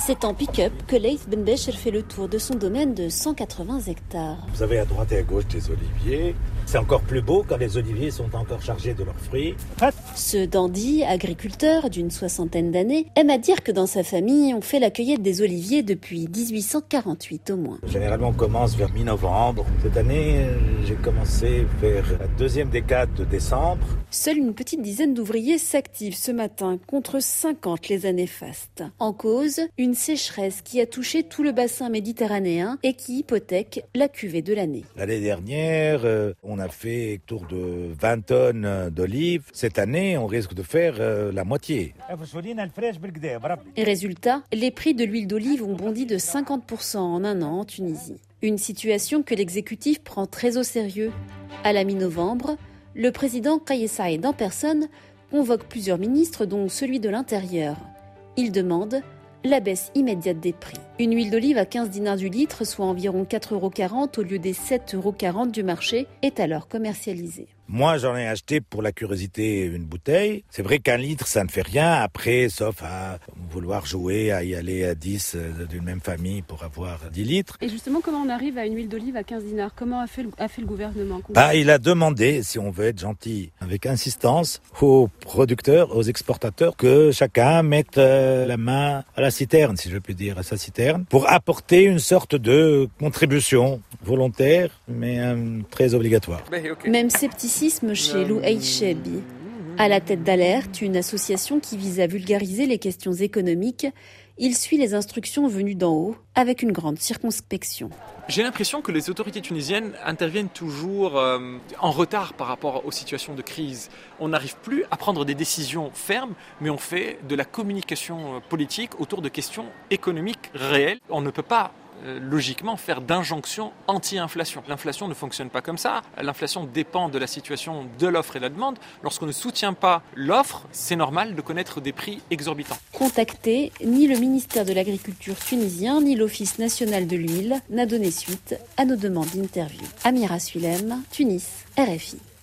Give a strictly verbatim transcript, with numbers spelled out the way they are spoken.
C'est en pick-up que Leif Ben Becher fait le tour de son domaine de cent quatre-vingts hectares. Vous avez à droite et à gauche des oliviers. C'est encore plus beau quand les oliviers sont encore chargés de leurs fruits. Ce dandy, agriculteur d'une soixantaine d'années, aime à dire que dans sa famille, on fait la cueillette des oliviers depuis dix-huit cent quarante-huit au moins. Généralement, on commence vers mi-novembre. Cette année, j'ai commencé vers la deuxième décade de décembre. Seule une petite dizaine d'ouvriers s'activent ce matin contre cinquante les années fastes. En cause, une sécheresse qui a touché tout le bassin méditerranéen et qui hypothèque la cuvée de l'année. L'année dernière, euh, on a fait autour de vingt tonnes d'olives. Cette année, on risque de faire euh, la moitié. Et résultat, les prix de l'huile d'olive ont bondi de cinquante pour cent en un an en Tunisie. Une situation que l'exécutif prend très au sérieux. À la mi-novembre, le président Kais Saïed en personne convoque plusieurs ministres, dont celui de l'Intérieur. Il demande la baisse immédiate des prix. Une huile d'olive à quinze dinars du litre, soit environ quatre euros quarante au lieu des sept euros quarante du marché, est alors commercialisée. Moi, j'en ai acheté pour la curiosité une bouteille. C'est vrai qu'un litre, ça ne fait rien après, sauf à vouloir jouer, à y aller à dix d'une même famille pour avoir dix litres. Et justement, comment on arrive à une huile d'olive à quinze dinars? Comment a fait le, a fait le gouvernement? Bah, il a demandé, si on veut être gentil, avec insistance, aux producteurs, aux exportateurs, que chacun mette euh, la main à la citerne, si je peux dire, à sa citerne, pour apporter une sorte de contribution volontaire, mais euh, très obligatoire. Même scepticisme chez Lou Eichebi. À la tête d'Alerte, une association qui vise à vulgariser les questions économiques, il suit les instructions venues d'en haut avec une grande circonspection. J'ai l'impression que les autorités tunisiennes interviennent toujours euh, en retard par rapport aux situations de crise. On n'arrive plus à prendre des décisions fermes, mais on fait de la communication politique autour de questions économiques réelles. On ne peut pas euh, logiquement faire d'injonction anti-inflation. L'inflation ne fonctionne pas comme ça. L'inflation dépend de la situation de l'offre et de la demande. Lorsqu'on ne soutient pas l'offre, c'est normal de connaître des prix exorbitants. Contacté, ni le ministère de l'Agriculture tunisien, ni l'Office national de l'huile n'a donné suite à nos demandes d'interview. Amira Suilem, Tunis, R F I.